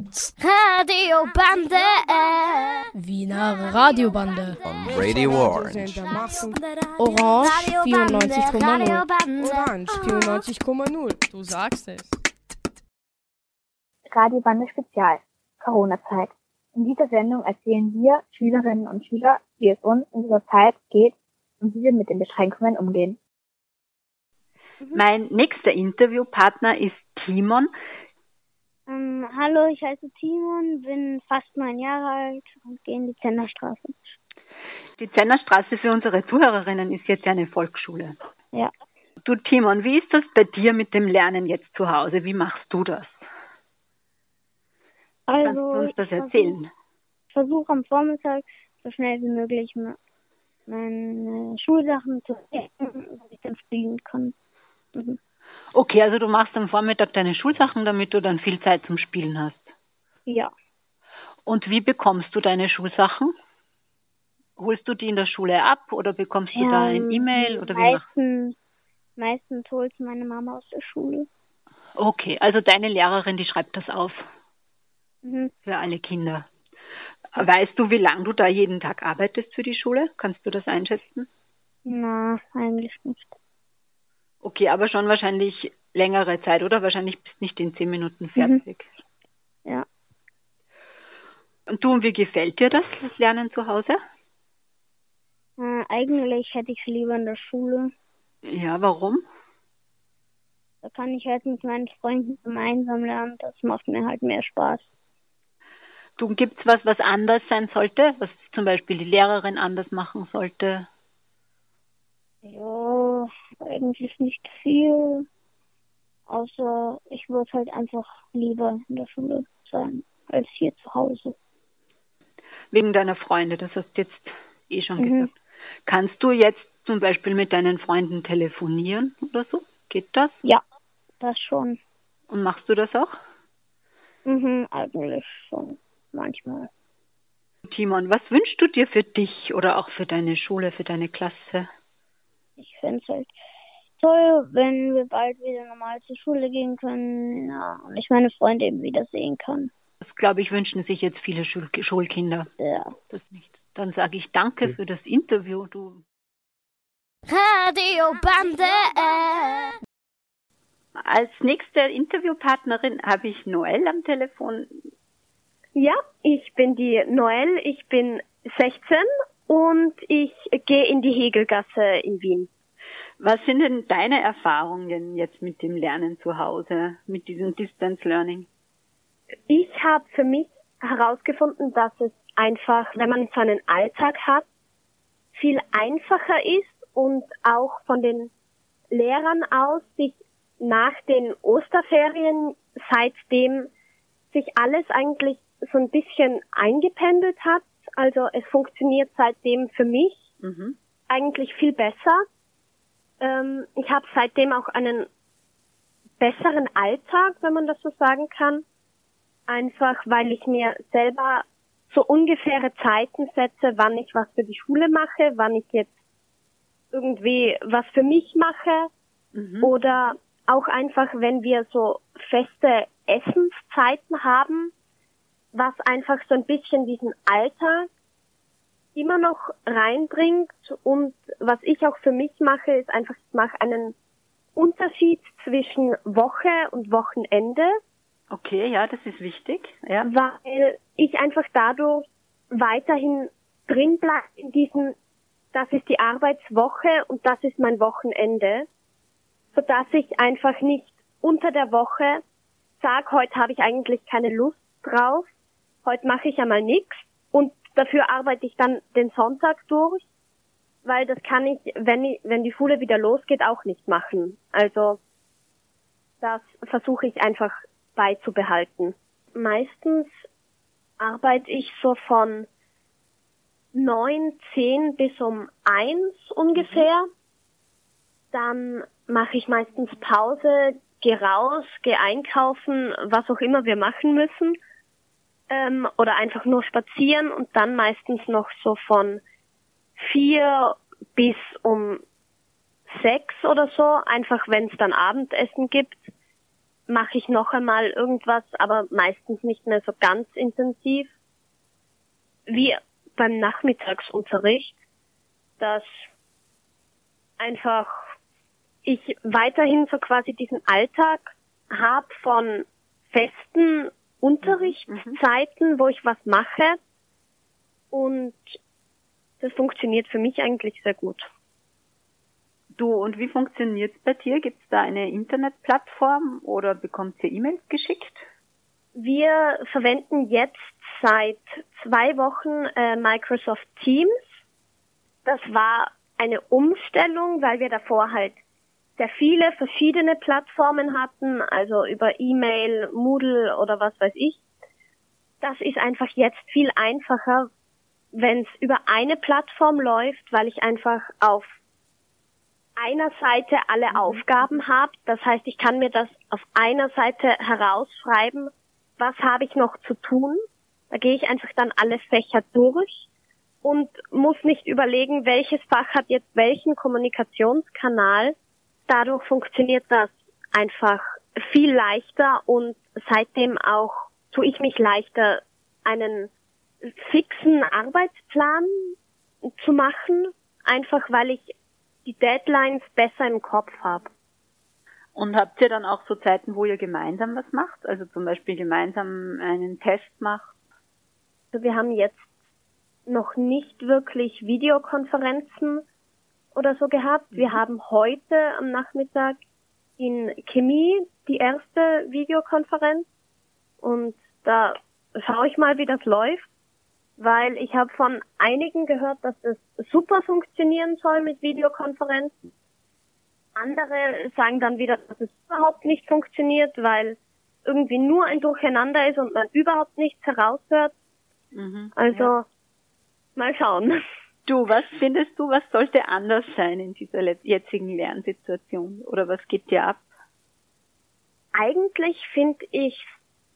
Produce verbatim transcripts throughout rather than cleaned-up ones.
sind Radiobande. Wiener Radiobande On Radio Orange. Orange vierundneunzig Komma null. Orange vierundneunzig Komma null. Du sagst es. Radiobande Spezial. Corona-Zeit. In dieser Sendung erzählen wir, Schülerinnen und Schüler, wie es uns in dieser Zeit geht und wie wir mit den Beschränkungen umgehen. Mein nächster Interviewpartner ist Timon. Ähm, hallo, ich heiße Timon, bin fast neun Jahre alt und gehe in die Zennerstraße. Die Zennerstraße für unsere Zuhörerinnen ist jetzt eine Volksschule. Ja. Du Timon, wie ist das bei dir mit dem Lernen jetzt zu Hause? Wie machst du das? Also, Kannst du uns das ich erzählen? versuche am Vormittag so schnell wie möglich meine Schulsachen zu erledigen, dass ich dann spielen kann. Mhm. Okay, also du machst am Vormittag deine Schulsachen, damit du dann viel Zeit zum Spielen hast. Ja. Und wie bekommst du deine Schulsachen? Holst du die in der Schule ab oder bekommst du ja, da ein E-Mail? Oder wie meistens, meistens holt meine Mama aus der Schule. Okay, also deine Lehrerin, die schreibt das auf. Mhm. Für alle Kinder. Weißt du, wie lange du da jeden Tag arbeitest für die Schule? Kannst du das einschätzen? Na, eigentlich nicht. Okay, aber schon wahrscheinlich längere Zeit, oder? Wahrscheinlich bist du nicht in zehn Minuten fertig. Mhm. Ja. Und du, wie gefällt dir das, das Lernen zu Hause? Äh, eigentlich hätte ich es lieber in der Schule. Ja, warum? Da kann ich halt mit meinen Freunden gemeinsam lernen. Das macht mir halt mehr Spaß. Du, gibt's was, was anders sein sollte? Was zum Beispiel die Lehrerin anders machen sollte? Ja, eigentlich nicht viel. Außer ich würde halt einfach lieber in der Schule sein, als hier zu Hause. Wegen deiner Freunde, das hast du jetzt eh schon Mhm. gesagt. Kannst du jetzt zum Beispiel mit deinen Freunden telefonieren oder so? Geht das? Ja, das schon. Und machst du das auch? Mhm, eigentlich schon. Manchmal. Timon, was wünschst du dir für dich oder auch für deine Schule, für deine Klasse? Ich fände es halt toll, wenn wir bald wieder normal zur Schule gehen können, ja, und ich meine Freunde eben wieder sehen kann. Das, glaube ich, wünschen sich jetzt viele Schul- Schulkinder. Ja. Das nicht. Dann sage ich danke für das Interview. Du. Radiobande. Als nächste Interviewpartnerin habe ich Noelle am Telefon. Ja, ich bin die Noelle, ich bin sechzehn und ich gehe in die Hegelgasse in Wien. Was sind denn deine Erfahrungen jetzt mit dem Lernen zu Hause, mit diesem Distance Learning? Ich habe für mich herausgefunden, dass es einfach, wenn man so einen Alltag hat, viel einfacher ist und auch von den Lehrern aus sich nach den Osterferien, seitdem sich alles eigentlich so ein bisschen eingependelt hat. Also es funktioniert seitdem für mich Mhm. eigentlich viel besser. Ähm, ich habe seitdem auch einen besseren Alltag, wenn man das so sagen kann. Einfach, weil ich mir selber so ungefähre Zeiten setze, wann ich was für die Schule mache, wann ich jetzt irgendwie was für mich mache. Mhm. Oder auch einfach, wenn wir so feste Essenszeiten haben, was einfach so ein bisschen diesen Alltag immer noch reinbringt. Und was ich auch für mich mache, ist einfach, ich mache einen Unterschied zwischen Woche und Wochenende. Okay, ja, das ist wichtig. Ja. Weil ich einfach dadurch weiterhin drin bleibe in diesem, das ist die Arbeitswoche und das ist mein Wochenende, sodass ich einfach nicht unter der Woche sage, heute habe ich eigentlich keine Lust drauf, heute mache ich einmal nichts und dafür arbeite ich dann den Sonntag durch, weil das kann ich, wenn ich, wenn die Schule wieder losgeht, auch nicht machen. Also das versuche ich einfach beizubehalten. Meistens arbeite ich so von neun, zehn bis um eins ungefähr. Dann mache ich meistens Pause, gehe raus, gehe einkaufen, was auch immer wir machen müssen. Ähm, oder einfach nur spazieren und dann meistens noch so von vier bis um sechs oder so, einfach wenn es dann Abendessen gibt. mache ich noch einmal irgendwas, aber meistens nicht mehr so ganz intensiv, wie beim Nachmittagsunterricht, dass einfach ich weiterhin so quasi diesen Alltag habe von festen Unterrichtszeiten, wo ich was mache, und das funktioniert für mich eigentlich sehr gut. Du, und wie funktioniert es bei dir? Gibt es da eine Internetplattform oder bekommt ihr E-Mails geschickt? Wir verwenden jetzt seit zwei Wochen äh, Microsoft Teams. Das war eine Umstellung, weil wir davor halt sehr viele verschiedene Plattformen hatten, also über E-Mail, Moodle oder was weiß ich. Das ist einfach jetzt viel einfacher, wenn es über eine Plattform läuft, weil ich einfach auf einer Seite alle mhm. Aufgaben habe. Das heißt, ich kann mir das auf einer Seite herausschreiben, was habe ich noch zu tun. Da gehe ich einfach dann alle Fächer durch und muss nicht überlegen, welches Fach hat jetzt welchen Kommunikationskanal. Dadurch funktioniert das einfach viel leichter und seitdem auch tue ich mich leichter, einen fixen Arbeitsplan zu machen, einfach weil ich die Deadlines besser im Kopf habe. Und habt ihr dann auch so Zeiten, wo ihr gemeinsam was macht? Also zum Beispiel gemeinsam einen Test macht? Also wir haben jetzt noch nicht wirklich Videokonferenzen oder so gehabt. Wir haben heute am Nachmittag in Chemie die erste Videokonferenz und da schaue ich mal, wie das läuft, weil ich habe von einigen gehört, dass das super funktionieren soll mit Videokonferenzen. Andere sagen dann wieder, dass es überhaupt nicht funktioniert, weil irgendwie nur ein Durcheinander ist und man überhaupt nichts heraushört. Mhm, also ja. Mal schauen. Du, was findest du, was sollte anders sein in dieser jetzigen Lernsituation? Oder was geht dir ab? Eigentlich finde ich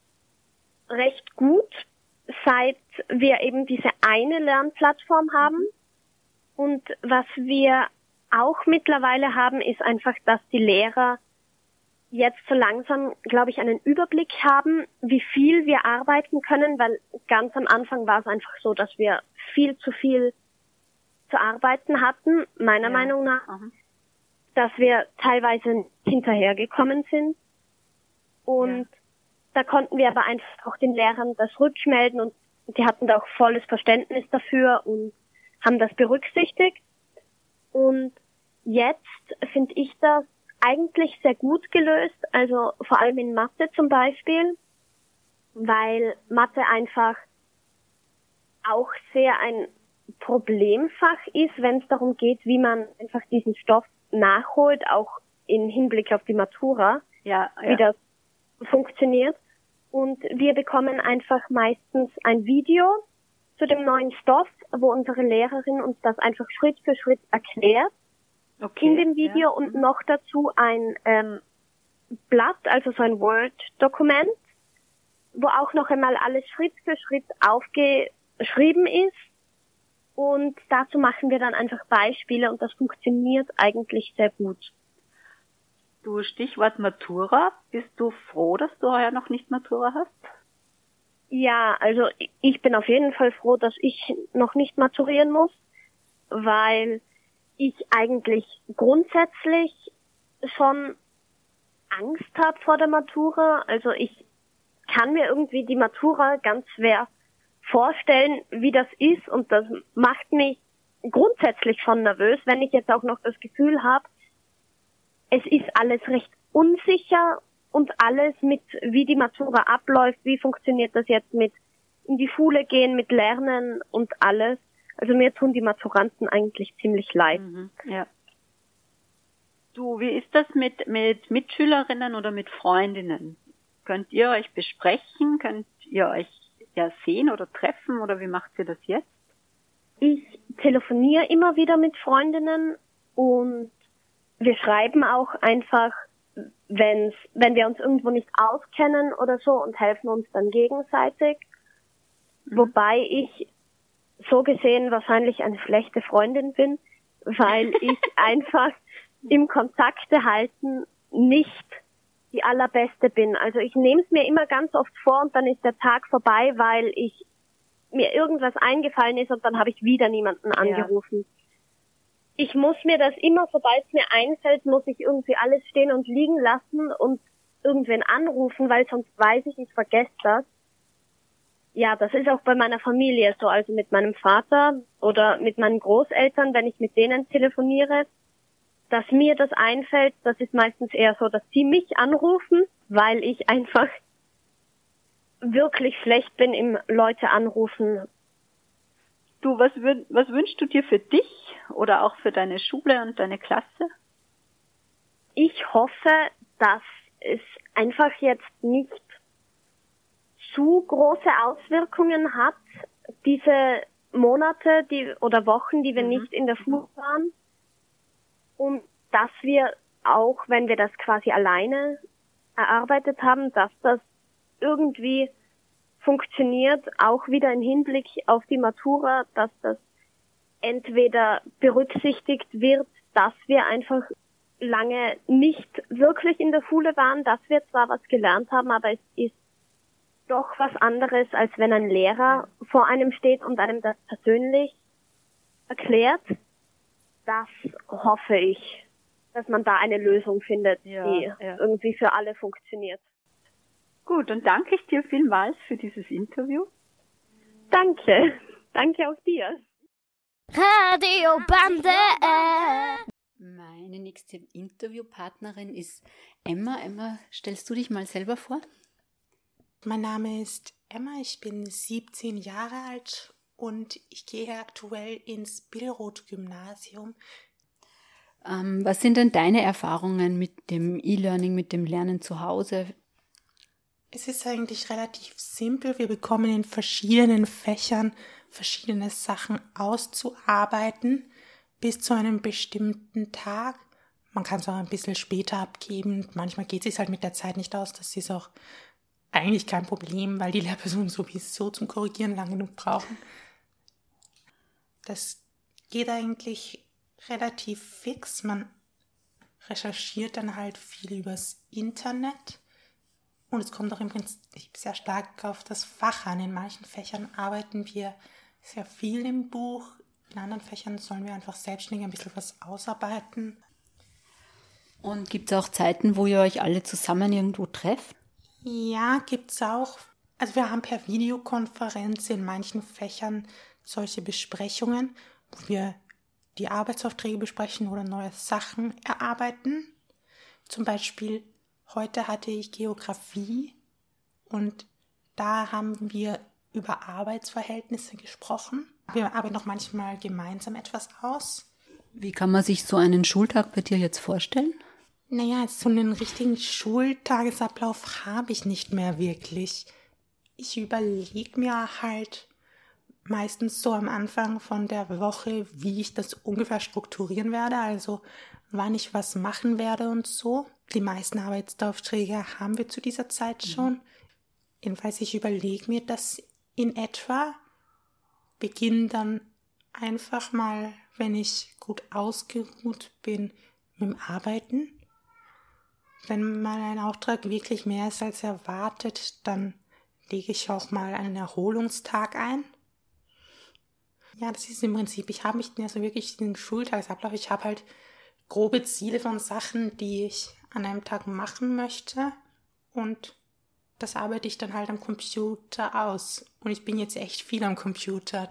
recht gut, seit wir eben diese eine Lernplattform haben. Und was wir auch mittlerweile haben, ist einfach, dass die Lehrer jetzt so langsam, glaube ich, einen Überblick haben, wie viel wir arbeiten können, weil ganz am Anfang war es einfach so, dass wir viel zu viel zu arbeiten hatten, meiner ja. Meinung nach, mhm. dass wir teilweise hinterhergekommen sind. Und ja. da konnten wir aber einfach auch den Lehrern das rückmelden und die hatten da auch volles Verständnis dafür und haben das berücksichtigt. Und jetzt finde ich das eigentlich sehr gut gelöst, also vor allem in Mathe zum Beispiel, weil Mathe einfach auch sehr ein Problemfach ist, wenn es darum geht, wie man einfach diesen Stoff nachholt, auch im Hinblick auf die Matura, ja, ja. wie das funktioniert. Und wir bekommen einfach meistens ein Video zu dem neuen Stoff, wo unsere Lehrerin uns das einfach Schritt für Schritt erklärt. Okay, in dem Video ja. und noch dazu ein ähm, Blatt, also so ein Word-Dokument, wo auch noch einmal alles Schritt für Schritt aufgeschrieben ist. Und dazu machen wir dann einfach Beispiele und das funktioniert eigentlich sehr gut. Du, Stichwort Matura. Bist du froh, dass du heuer noch nicht Matura hast? Ja, also ich bin auf jeden Fall froh, dass ich noch nicht maturieren muss, weil ich eigentlich grundsätzlich schon Angst habe vor der Matura. Also ich kann mir irgendwie die Matura ganz schwer vorstellen, wie das ist und das macht mich grundsätzlich schon nervös, wenn ich jetzt auch noch das Gefühl habe, es ist alles recht unsicher und alles mit, wie die Matura abläuft, wie funktioniert das jetzt mit in die Schule gehen, mit Lernen und alles. Also mir tun die Maturanten eigentlich ziemlich leid. Mhm, ja. Du, wie ist das mit, mit Mitschülerinnen oder mit Freundinnen? Könnt ihr euch besprechen? Könnt ihr euch ja sehen oder treffen oder wie macht ihr das jetzt? Ich telefoniere immer wieder mit Freundinnen und wir schreiben auch einfach, wenn's, wenn wir uns irgendwo nicht auskennen oder so und helfen uns dann gegenseitig. Mhm. Wobei ich so gesehen wahrscheinlich eine schlechte Freundin bin, weil ich einfach im Kontakte halten nicht die allerbeste bin. Also ich nehme es mir immer ganz oft vor und dann ist der Tag vorbei, weil ich mir irgendwas eingefallen ist und dann habe ich wieder niemanden angerufen. Ja. Ich muss mir das immer, sobald es mir einfällt, muss ich irgendwie alles stehen und liegen lassen und irgendwen anrufen, weil sonst weiß ich, ich vergesse das. Ja, das ist auch bei meiner Familie so, also mit meinem Vater oder mit meinen Großeltern, wenn ich mit denen telefoniere, dass mir das einfällt, das ist meistens eher so, dass sie mich anrufen, weil ich einfach wirklich schlecht bin im Leute anrufen. Du, was, wün- was wünschst du dir für dich oder auch für deine Schule und deine Klasse? Ich hoffe, dass es einfach jetzt nicht zu große Auswirkungen hat, diese Monate die oder Wochen, die wir mhm. nicht in der Schule waren. Und dass wir auch, wenn wir das quasi alleine erarbeitet haben, dass das irgendwie funktioniert, auch wieder im Hinblick auf die Matura, dass das entweder berücksichtigt wird, dass wir einfach lange nicht wirklich in der Schule waren, dass wir zwar was gelernt haben, aber es ist doch was anderes, als wenn ein Lehrer vor einem steht und einem das persönlich erklärt. Das hoffe ich, dass man da eine Lösung findet, ja, die ja. irgendwie für alle funktioniert. Gut, dann danke ich dir vielmals für dieses Interview. Danke. Danke auch dir. Radiobande. Meine nächste Interviewpartnerin ist Emma. Emma, stellst du dich mal selber vor? Mein Name ist Emma, ich bin siebzehn Jahre alt und ich gehe aktuell ins Billroth-Gymnasium. Ähm, was sind denn deine Erfahrungen mit dem E-Learning, mit dem Lernen zu Hause? Es ist eigentlich relativ simpel. Wir bekommen in verschiedenen Fächern verschiedene Sachen auszuarbeiten bis zu einem bestimmten Tag. Man kann es auch ein bisschen später abgeben. Manchmal geht es sich halt mit der Zeit nicht aus. Das ist auch eigentlich kein Problem, weil die Lehrpersonen sowieso zum Korrigieren lang genug brauchen. Das geht eigentlich relativ fix. Man recherchiert dann halt viel übers Internet. Und es kommt auch im Prinzip sehr stark auf das Fach an. In manchen Fächern arbeiten wir sehr viel im Buch. In anderen Fächern sollen wir einfach selbstständig ein bisschen was ausarbeiten. Und gibt es auch Zeiten, wo ihr euch alle zusammen irgendwo trefft? Ja, gibt's auch. Also wir haben per Videokonferenz in manchen Fächern solche Besprechungen, wo wir die Arbeitsaufträge besprechen oder neue Sachen erarbeiten. Zum Beispiel heute hatte ich Geografie und da haben wir über Arbeitsverhältnisse gesprochen. Wir arbeiten auch manchmal gemeinsam etwas aus. Wie kann man sich so einen Schultag bei dir jetzt vorstellen? Naja, so einen richtigen Schultagesablauf habe ich nicht mehr wirklich. Ich überlege mir halt meistens so am Anfang von der Woche, wie ich das ungefähr strukturieren werde, also wann ich was machen werde und so. Die meisten Arbeitsaufträge haben wir zu dieser Zeit schon. Mhm. Jedenfalls, ich überlege mir das in etwa, beginne dann einfach mal, wenn ich gut ausgeruht bin, mit dem Arbeiten. Wenn mal ein Auftrag wirklich mehr ist als erwartet, dann lege ich auch mal einen Erholungstag ein. Ja, das ist im Prinzip, ich habe nicht mehr so wirklich den Schultagesablauf. Ich habe halt grobe Ziele von Sachen, die ich an einem Tag machen möchte und das arbeite ich dann halt am Computer aus. Und ich bin jetzt echt viel am Computer.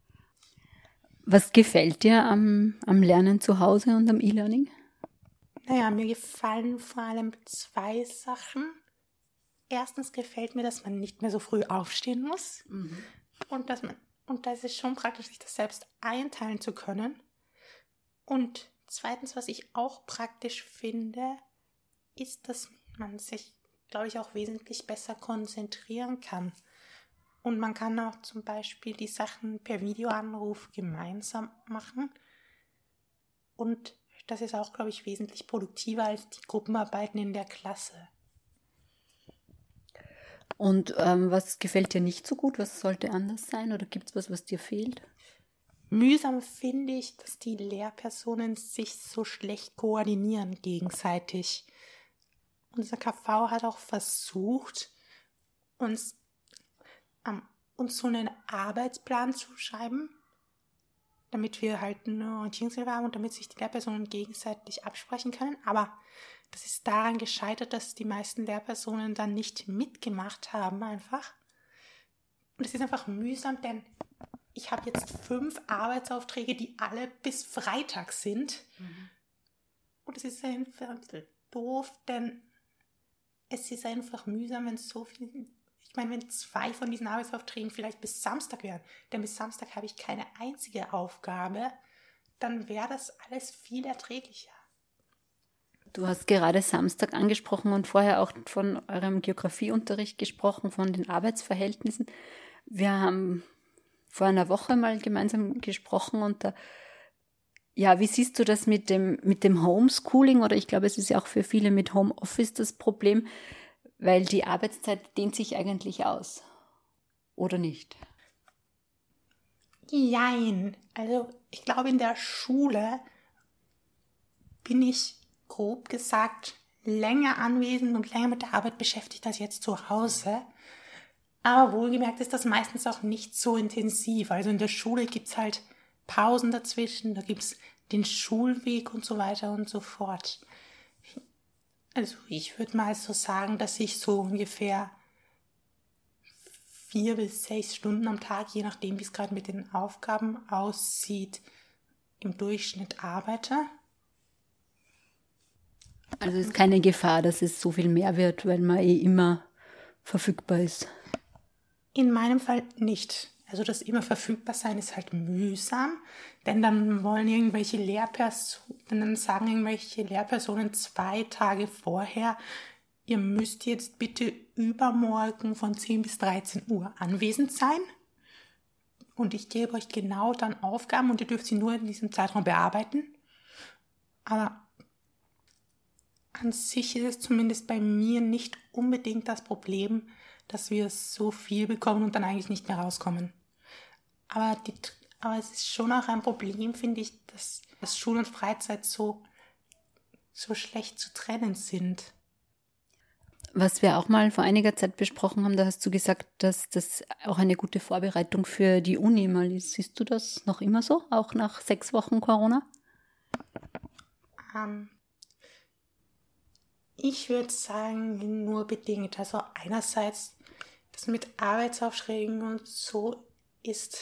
Was gefällt dir am, am Lernen zu Hause und am E-Learning? Naja, mir gefallen vor allem zwei Sachen. Erstens gefällt mir, dass man nicht mehr so früh aufstehen muss. Mhm. Und dass man, und da ist es schon praktisch, sich das selbst einteilen zu können. Und zweitens, was ich auch praktisch finde, ist, dass man sich, glaube ich, auch wesentlich besser konzentrieren kann. Und man kann auch zum Beispiel die Sachen per Videoanruf gemeinsam machen. Und das ist auch, glaube ich, wesentlich produktiver als die Gruppenarbeiten in der Klasse. Und ähm, was gefällt dir nicht so gut? Was sollte anders sein? Oder gibt es was, was dir fehlt? Mühsam finde ich, dass die Lehrpersonen sich so schlecht koordinieren gegenseitig. unser K V hat auch versucht, uns, ähm, uns so einen Arbeitsplan zu schreiben, damit wir halt eine Orientierungshilfe haben und damit sich die Lehrpersonen gegenseitig absprechen können. Aber das ist daran gescheitert, dass die meisten Lehrpersonen dann nicht mitgemacht haben einfach. Und es ist einfach mühsam, denn ich habe jetzt fünf Arbeitsaufträge, die alle bis Freitag sind. Mhm. Und es ist einfach ein bisschen doof, denn es ist einfach mühsam, wenn so viel... Ich meine, wenn zwei von diesen Arbeitsaufträgen vielleicht bis Samstag wären, denn bis Samstag habe ich keine einzige Aufgabe, dann wäre das alles viel erträglicher. Du hast gerade Samstag angesprochen und vorher auch von eurem Geografieunterricht gesprochen, von den Arbeitsverhältnissen. Wir haben vor einer Woche mal gemeinsam gesprochen und da, ja, wie siehst du das mit dem, mit dem Homeschooling? Oder ich glaube, es ist ja auch für viele mit Homeoffice das Problem, weil die Arbeitszeit dehnt sich eigentlich aus. Oder nicht? Jein. Also ich glaube, in der Schule bin ich grob gesagt länger anwesend und länger mit der Arbeit beschäftigt als jetzt zu Hause. Aber wohlgemerkt ist das meistens auch nicht so intensiv. Also in der Schule gibt's halt Pausen dazwischen, da gibt's den Schulweg und so weiter und so fort. Also ich würde mal so sagen, dass ich so ungefähr vier bis sechs Stunden am Tag, je nachdem, wie es gerade mit den Aufgaben aussieht, im Durchschnitt arbeite. Also ist keine Gefahr, dass es so viel mehr wird, weil man eh immer verfügbar ist? In meinem Fall nicht. Also das immer verfügbar sein ist halt mühsam, denn dann wollen irgendwelche Lehrpersonen, dann sagen irgendwelche Lehrpersonen zwei Tage vorher, ihr müsst jetzt bitte übermorgen von zehn bis dreizehn Uhr anwesend sein und ich gebe euch genau dann Aufgaben und ihr dürft sie nur in diesem Zeitraum bearbeiten. Aber an sich ist es zumindest bei mir nicht unbedingt das Problem, dass wir so viel bekommen und dann eigentlich nicht mehr rauskommen. Aber, die, aber es ist schon auch ein Problem, finde ich, dass, dass Schule und Freizeit so, so schlecht zu trennen sind. Was wir auch mal vor einiger Zeit besprochen haben, da hast du gesagt, dass das auch eine gute Vorbereitung für die Uni mal ist. Siehst du das noch immer so, auch nach sechs Wochen Corona? Ähm, ich würde sagen, nur bedingt. Also einerseits, das mit Arbeitsaufträgen und so ist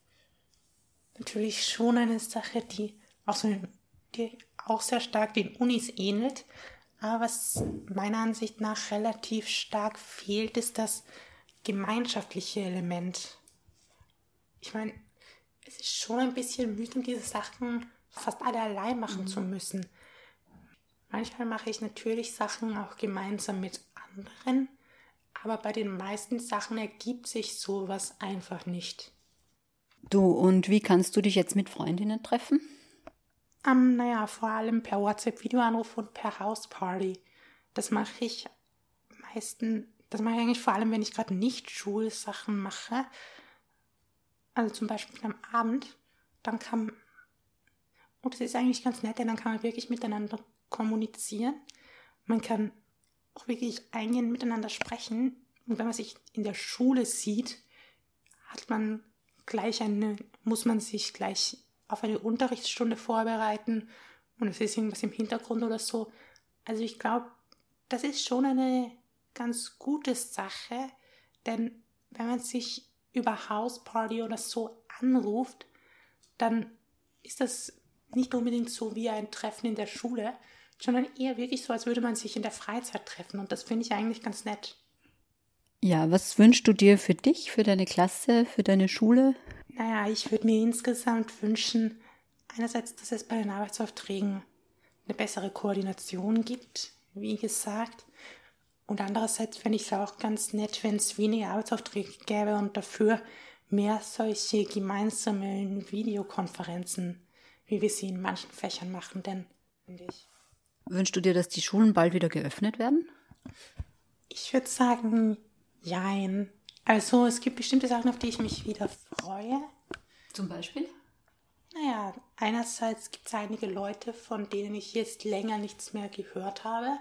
natürlich schon eine Sache, die auch, so, die auch sehr stark den Unis ähnelt. Aber was meiner Ansicht nach relativ stark fehlt, ist das gemeinschaftliche Element. Ich meine, es ist schon ein bisschen mühsam, diese Sachen fast alle allein machen mhm. zu müssen. Manchmal mache ich natürlich Sachen auch gemeinsam mit anderen, aber bei den meisten Sachen ergibt sich sowas einfach nicht. Du, und wie kannst du dich jetzt mit Freundinnen treffen? Um, naja, vor allem per WhatsApp-Videoanruf und per Hausparty. Das mache ich meistens, das mache ich eigentlich vor allem, wenn ich gerade nicht Schulsachen mache. Also zum Beispiel am Abend, dann kann, und das ist eigentlich ganz nett, denn dann kann man wirklich miteinander kommunizieren. Man kann auch wirklich eingehend miteinander sprechen. Und wenn man sich in der Schule sieht, hat man gleich eine, muss man sich gleich auf eine Unterrichtsstunde vorbereiten und es ist irgendwas im Hintergrund oder so. Also ich glaube, das ist schon eine ganz gute Sache, denn wenn man sich über Hausparty oder so anruft, dann ist das nicht unbedingt so wie ein Treffen in der Schule, sondern eher wirklich so, als würde man sich in der Freizeit treffen und das finde ich eigentlich ganz nett. Ja, was wünschst du dir für dich, für deine Klasse, für deine Schule? Naja, ich würde mir insgesamt wünschen, einerseits, dass es bei den Arbeitsaufträgen eine bessere Koordination gibt, wie gesagt, und andererseits fände ich es auch ganz nett, wenn es weniger Arbeitsaufträge gäbe und dafür mehr solche gemeinsamen Videokonferenzen, wie wir sie in manchen Fächern machen, denn, finde ich. Wünschst du dir, dass die Schulen bald wieder geöffnet werden? Ich würde sagen, jein. Also es gibt bestimmte Sachen, auf die ich mich wieder freue. Zum Beispiel? Naja, einerseits gibt es einige Leute, von denen ich jetzt länger nichts mehr gehört habe.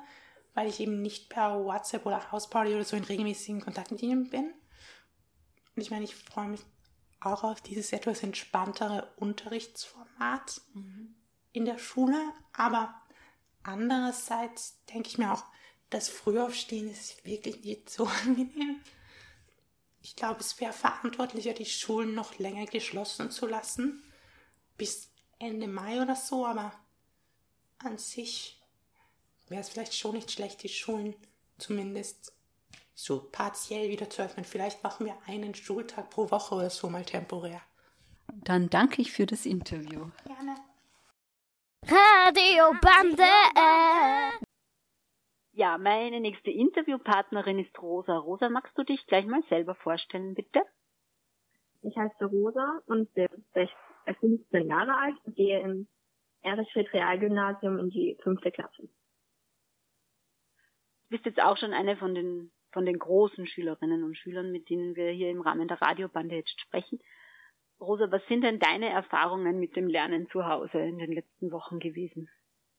weil ich eben nicht per WhatsApp oder Hausparty oder so in regelmäßigen Kontakt mit ihnen bin. Und ich meine, ich freue mich auch auf dieses etwas entspanntere Unterrichtsformat mhm. in der Schule, aber andererseits denke ich mir auch, das Frühaufstehen ist wirklich nicht so angenehm. Ich glaube, es wäre verantwortlicher, die Schulen noch länger geschlossen zu lassen, bis Ende Mai oder so, aber an sich wäre es vielleicht schon nicht schlecht, die Schulen zumindest so partiell wieder zu öffnen. Vielleicht machen wir einen Schultag pro Woche oder so mal temporär. Dann danke ich für das Interview. Gerne. Radiobande. Ja, meine nächste Interviewpartnerin ist Rosa. Rosa, magst du dich gleich mal selber vorstellen, bitte? Ich heiße Rosa und bin fünfzehn Jahre alt und gehe im Erich-Fried-Realgymnasium in die fünfte Klasse. Du bist jetzt auch schon eine von den von den großen Schülerinnen und Schülern, mit denen wir hier im Rahmen der Radiobande jetzt sprechen. Rosa, was sind denn deine Erfahrungen mit dem Lernen zu Hause in den letzten Wochen gewesen?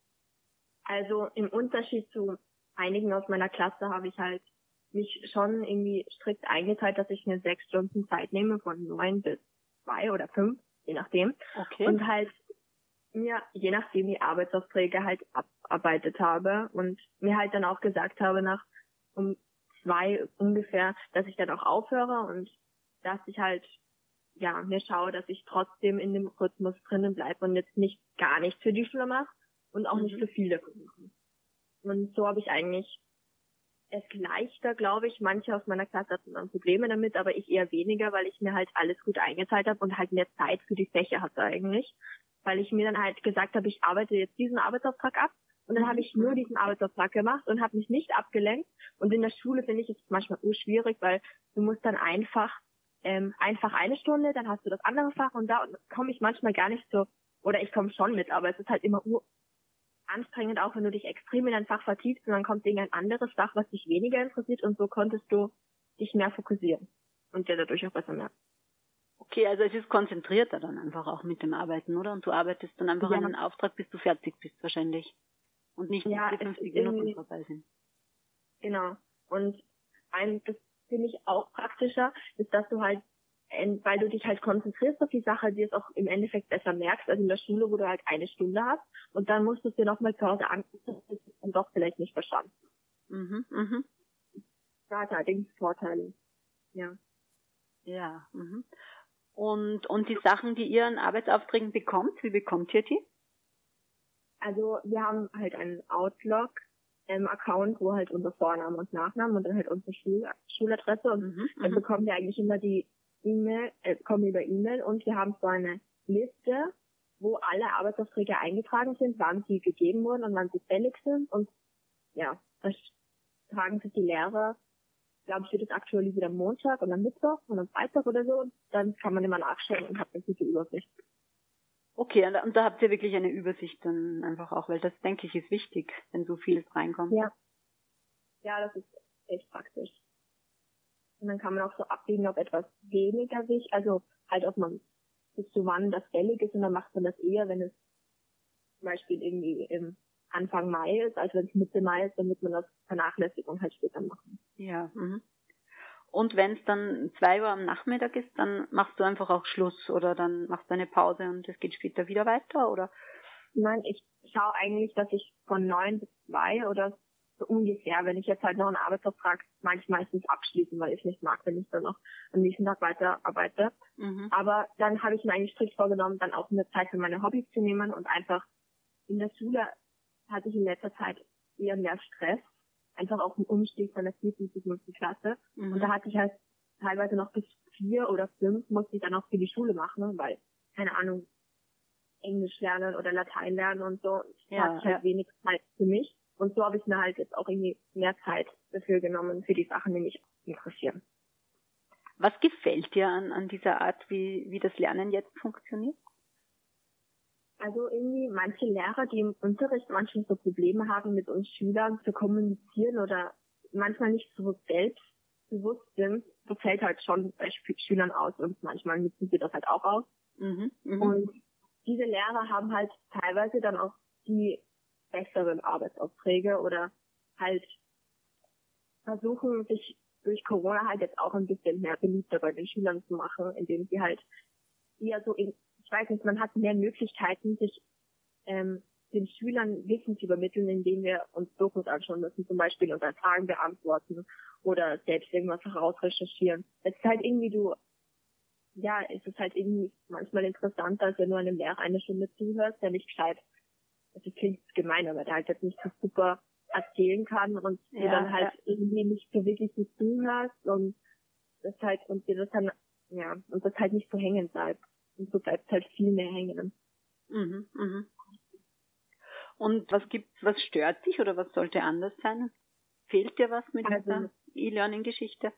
Also im Unterschied zu einigen aus meiner Klasse habe ich halt mich schon irgendwie strikt eingeteilt, dass ich mir sechs Stunden Zeit nehme, von neun bis zwei oder fünf, je nachdem. Okay. Und halt mir, je nachdem, die Arbeitsaufträge halt abarbeitet habe und mir halt dann auch gesagt habe, nach um zwei ungefähr, dass ich dann auch aufhöre und dass ich halt, ja, mir schaue, dass ich trotzdem in dem Rhythmus drinnen bleibe und jetzt nicht gar nichts für die Schule mache und auch mhm. nicht so viel davon mache. Und so habe ich eigentlich es leichter, glaube ich. Manche aus meiner Klasse hatten dann Probleme damit, aber ich eher weniger, weil ich mir halt alles gut eingeteilt habe und halt mehr Zeit für die Fächer hatte eigentlich. Weil ich mir dann halt gesagt habe, ich arbeite jetzt diesen Arbeitsauftrag ab und dann habe ich nur diesen Arbeitsauftrag gemacht und habe mich nicht abgelenkt. Und in der Schule finde ich es manchmal urschwierig, weil du musst dann einfach ähm, einfach eine Stunde, dann hast du das andere Fach und da komme ich manchmal gar nicht so, oder ich komme schon mit, aber es ist halt immer ur anstrengend, auch wenn du dich extrem in ein Fach vertiefst und dann kommt irgendein anderes Fach, was dich weniger interessiert und so konntest du dich mehr fokussieren und dir dadurch auch besser merken. Okay, also es ist konzentrierter dann einfach auch mit dem Arbeiten, oder? Und du arbeitest dann einfach ja. an einen Auftrag, bis du fertig bist wahrscheinlich. Und nicht ja, bis die fünfzig Minuten vorbei sind. Genau. Und ein, das finde ich auch praktischer, ist, dass du halt, weil du dich halt konzentrierst auf die Sache, die es auch im Endeffekt besser merkst, als in der Schule, wo du halt eine Stunde hast und dann musst du es dir nochmal zu Hause angucken und doch vielleicht nicht verstanden. Mhm, mhm. Da hat allerdings Vorteile. Ja. Ja, mhm. Und, und die Sachen, die ihr an Arbeitsaufträgen bekommt, wie bekommt ihr die? Also wir haben halt einen Outlook-Account, ähm, wo halt unser Vorname und Nachname und dann halt unsere Schul Schuladresse und mhm, dann bekommen wir eigentlich immer die E-Mail, äh, kommen über E-Mail und wir haben so eine Liste, wo alle Arbeitsaufträge eingetragen sind, wann sie gegeben wurden und wann sie fällig sind und ja, das tragen sich die Lehrer, glaube ich, wird es aktualisiert am Montag und am Mittwoch und am Freitag oder so und dann kann man immer nachschauen und hat eine gute Übersicht. Okay, und, und da habt ihr wirklich eine Übersicht dann einfach auch, weil das, denke ich, ist wichtig, wenn so viel reinkommt. Ja. Ja, das ist echt praktisch. Und dann kann man auch so abwägen, ob etwas weniger wichtig, also halt, ob man bis zu wann das fällig ist und dann macht man das eher, wenn es zum Beispiel irgendwie im Anfang Mai ist, als wenn es Mitte Mai ist, damit man das Vernachlässigung halt später machen. Ja, mhm. Und wenn es dann zwei Uhr am Nachmittag ist, dann machst du einfach auch Schluss oder dann machst du eine Pause und es geht später wieder weiter, oder? Nein, ich schaue eigentlich, dass ich von neun bis zwei oder so ungefähr, wenn ich jetzt halt noch einen Arbeitsauftrag, mag ich meistens abschließen, weil ich nicht mag, wenn ich dann noch am nächsten Tag weiter arbeite. Mhm. Aber dann habe ich mir eigentlich strikt vorgenommen, dann auch eine Zeit für meine Hobbys zu nehmen und einfach in der Schule hatte ich in letzter Zeit eher mehr Stress. Einfach auch ein Umstieg von der vierten bis fünften Klasse. Mhm. Und da hatte ich halt teilweise noch bis vier oder fünf musste ich dann auch für die Schule machen, weil, keine Ahnung, Englisch lernen oder Latein lernen und so. Da ja, hatte ich halt ja. wenig Zeit für mich. Und so habe ich mir halt jetzt auch irgendwie mehr Zeit dafür genommen, für die Sachen, die mich interessieren. Was gefällt dir an, an dieser Art, wie, wie das Lernen jetzt funktioniert? Also irgendwie manche Lehrer, die im Unterricht manchmal so Probleme haben, mit uns Schülern zu kommunizieren oder manchmal nicht so selbstbewusst sind, das fällt halt schon bei Schülern aus und manchmal nutzen sie das halt auch aus. Mhm, mh. Und diese Lehrer haben halt teilweise dann auch die besseren Arbeitsaufträge oder halt versuchen, sich durch Corona halt jetzt auch ein bisschen mehr beliebter bei den Schülern zu machen, indem sie halt eher so in, ich weiß nicht, man hat mehr Möglichkeiten, sich ähm, den Schülern Wissen zu übermitteln, indem wir uns Dokus anschauen müssen, zum Beispiel unsere Fragen beantworten oder selbst irgendwas herausrecherchieren. Es ist halt irgendwie du, ja, es ist halt irgendwie manchmal interessanter, als wenn du einem Lehrer eine Stunde zuhörst, der nicht gescheit, das klingt gemein, aber der halt jetzt nicht so super erzählen kann und ja, du dann halt ja. irgendwie nicht so wirklich zu tun hast und das halt, und dir das dann, ja, und das halt nicht so hängen bleibt. Und so bleibt halt viel mehr hängen. Mhm, mhm. Und was gibt's, was stört dich oder was sollte anders sein? Fehlt dir was mit also, dieser E-Learning-Geschichte?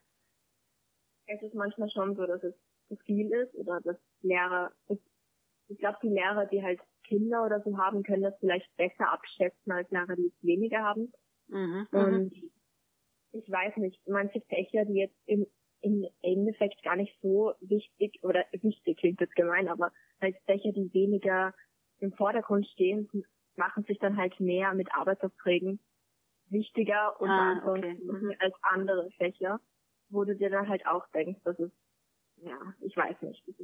Es ist manchmal schon so, dass es zu viel ist oder dass Lehrer, ich glaube, die Lehrer, die halt Kinder oder so haben, können das vielleicht besser abschätzen als Lehrer, die es weniger haben. Mhm, und mhm. ich weiß nicht, manche Fächer, die jetzt im, im Endeffekt gar nicht so wichtig, oder wichtig klingt jetzt gemein, aber halt Fächer, die weniger im Vordergrund stehen, machen sich dann halt mehr mit Arbeitsaufträgen wichtiger und ah, ansonsten okay. mhm. als andere Fächer, wo du dir dann halt auch denkst, das ist, ja, ich weiß nicht, das ist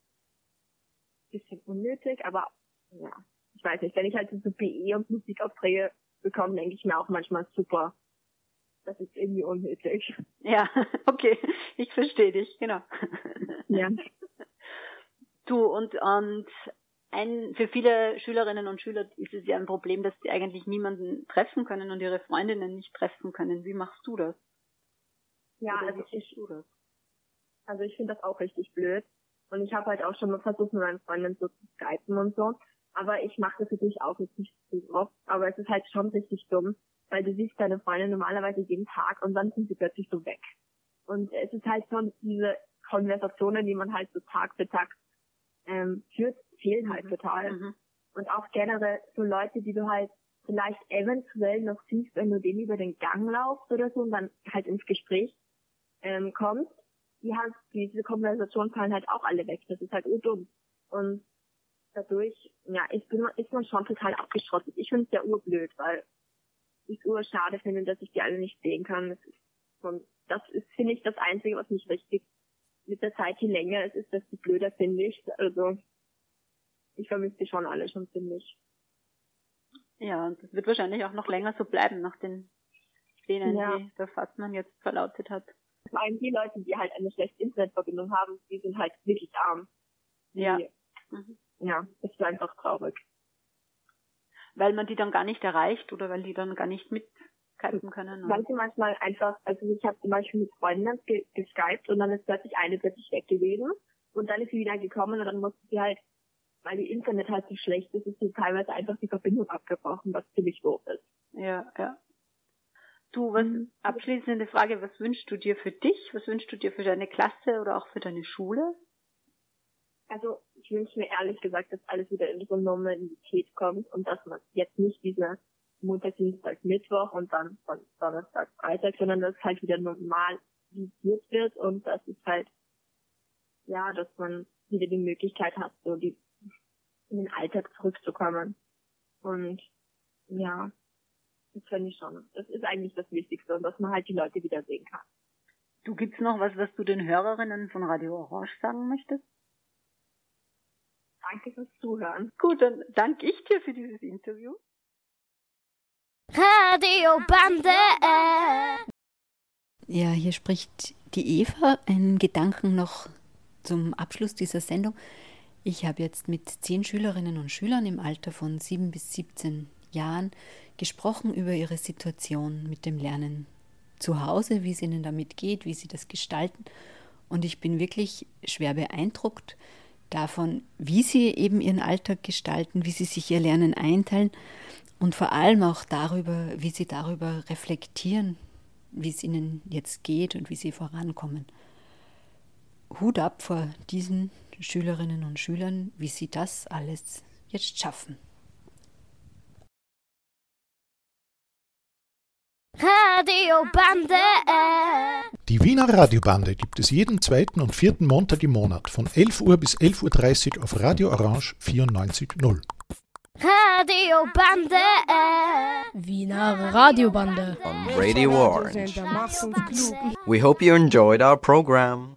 ein bisschen unnötig, aber ja, ich weiß nicht, wenn ich halt so B E und Musikaufträge bekomme, denke ich mir auch manchmal super, das ist irgendwie unnötig. Ja, okay, ich verstehe dich, genau. Ja. Du, und, und ein, für viele Schülerinnen und Schüler ist es ja ein Problem, dass sie eigentlich niemanden treffen können und ihre Freundinnen nicht treffen können. Wie machst du das? Ja, Oder also ich, du das? also ich finde das auch richtig blöd. Und ich habe halt auch schon mal versucht, mit meinen Freundinnen so zu skypen und so. Aber ich mache das natürlich auch jetzt nicht so oft. Aber es ist halt schon richtig dumm, weil du siehst deine Freunde normalerweise jeden Tag und dann sind sie plötzlich so weg. Und es ist halt schon diese Konversationen, die man halt so Tag für Tag ähm, führt, fehlen halt mhm. total. Mhm. Und auch generell so Leute, die du halt vielleicht eventuell noch siehst, wenn du denen über den Gang laufst oder so und dann halt ins Gespräch ähm, kommst, die halt, diese Konversationen fallen halt auch alle weg. Das ist halt urdumm. Und dadurch, ja, ist, ist man schon total abgeschottet. Ich finde es ja urblöd, weil ich es urschade finde, dass ich die alle nicht sehen kann. Das ist, schon, das ist, finde ich, das Einzige, was mich richtig mit der Zeit, je länger es ist, desto blöder finde ich. Also, ich vermisse die schon alle schon ziemlich. Ja, und das wird wahrscheinlich auch noch länger so bleiben, nach den Plänen, ja. die der Fassmann jetzt verlautet hat. Vor allem die Leute, die halt eine schlechte Internetverbindung haben, die sind halt wirklich arm. Die, ja. Mhm. Ja, das ist einfach traurig. Weil man die dann gar nicht erreicht oder weil die dann gar nicht mitskypen können? Oder? Weil sie manchmal einfach, also ich habe zum Beispiel mit Freunden ge- geskypt und dann ist plötzlich eine plötzlich weg gewesen und dann ist sie wieder gekommen und dann musste sie halt, weil die Internet halt so schlecht ist, ist sie teilweise einfach die Verbindung abgebrochen, was ziemlich doof ist. Ja, ja. Du, was, mhm. abschließende Frage, was wünschst du dir für dich? Was wünschst du dir für deine Klasse oder auch für deine Schule? Also, ich wünsche mir ehrlich gesagt, dass alles wieder in so Normalität kommt und dass man jetzt nicht diese Montag, Dienstag, Mittwoch und dann von Donnerstag, Freitag, sondern dass es halt wieder normalisiert wird und dass es halt, ja, dass man wieder die Möglichkeit hat, so die, in den Alltag zurückzukommen. Und, ja, das finde ich schon. Das ist eigentlich das Wichtigste und dass man halt die Leute wiedersehen kann. Du, gibt's noch was, was du den Hörerinnen von Radio Orange sagen möchtest? Danke fürs Zuhören. Gut, dann danke ich dir für dieses Interview. Radio Bande. Ja, hier spricht die Eva. Einen Gedanken noch zum Abschluss dieser Sendung. Ich habe jetzt mit zehn Schülerinnen und Schülern im Alter von sieben bis siebzehn Jahren gesprochen über ihre Situation mit dem Lernen zu Hause, wie es ihnen damit geht, wie sie das gestalten. Und ich bin wirklich schwer beeindruckt davon, wie sie eben ihren Alltag gestalten, wie sie sich ihr Lernen einteilen und vor allem auch darüber, wie sie darüber reflektieren, wie es ihnen jetzt geht und wie sie vorankommen. Hut ab vor diesen Schülerinnen und Schülern, wie sie das alles jetzt schaffen. Radio Bande. Die Wiener Radiobande gibt es jeden zweiten und vierten Montag im Monat von elf Uhr bis elf Uhr dreißig auf Radio Orange vierundneunzig Komma null. Radiobande. Wiener Radiobande. On Radio Orange. We hope you enjoyed our program.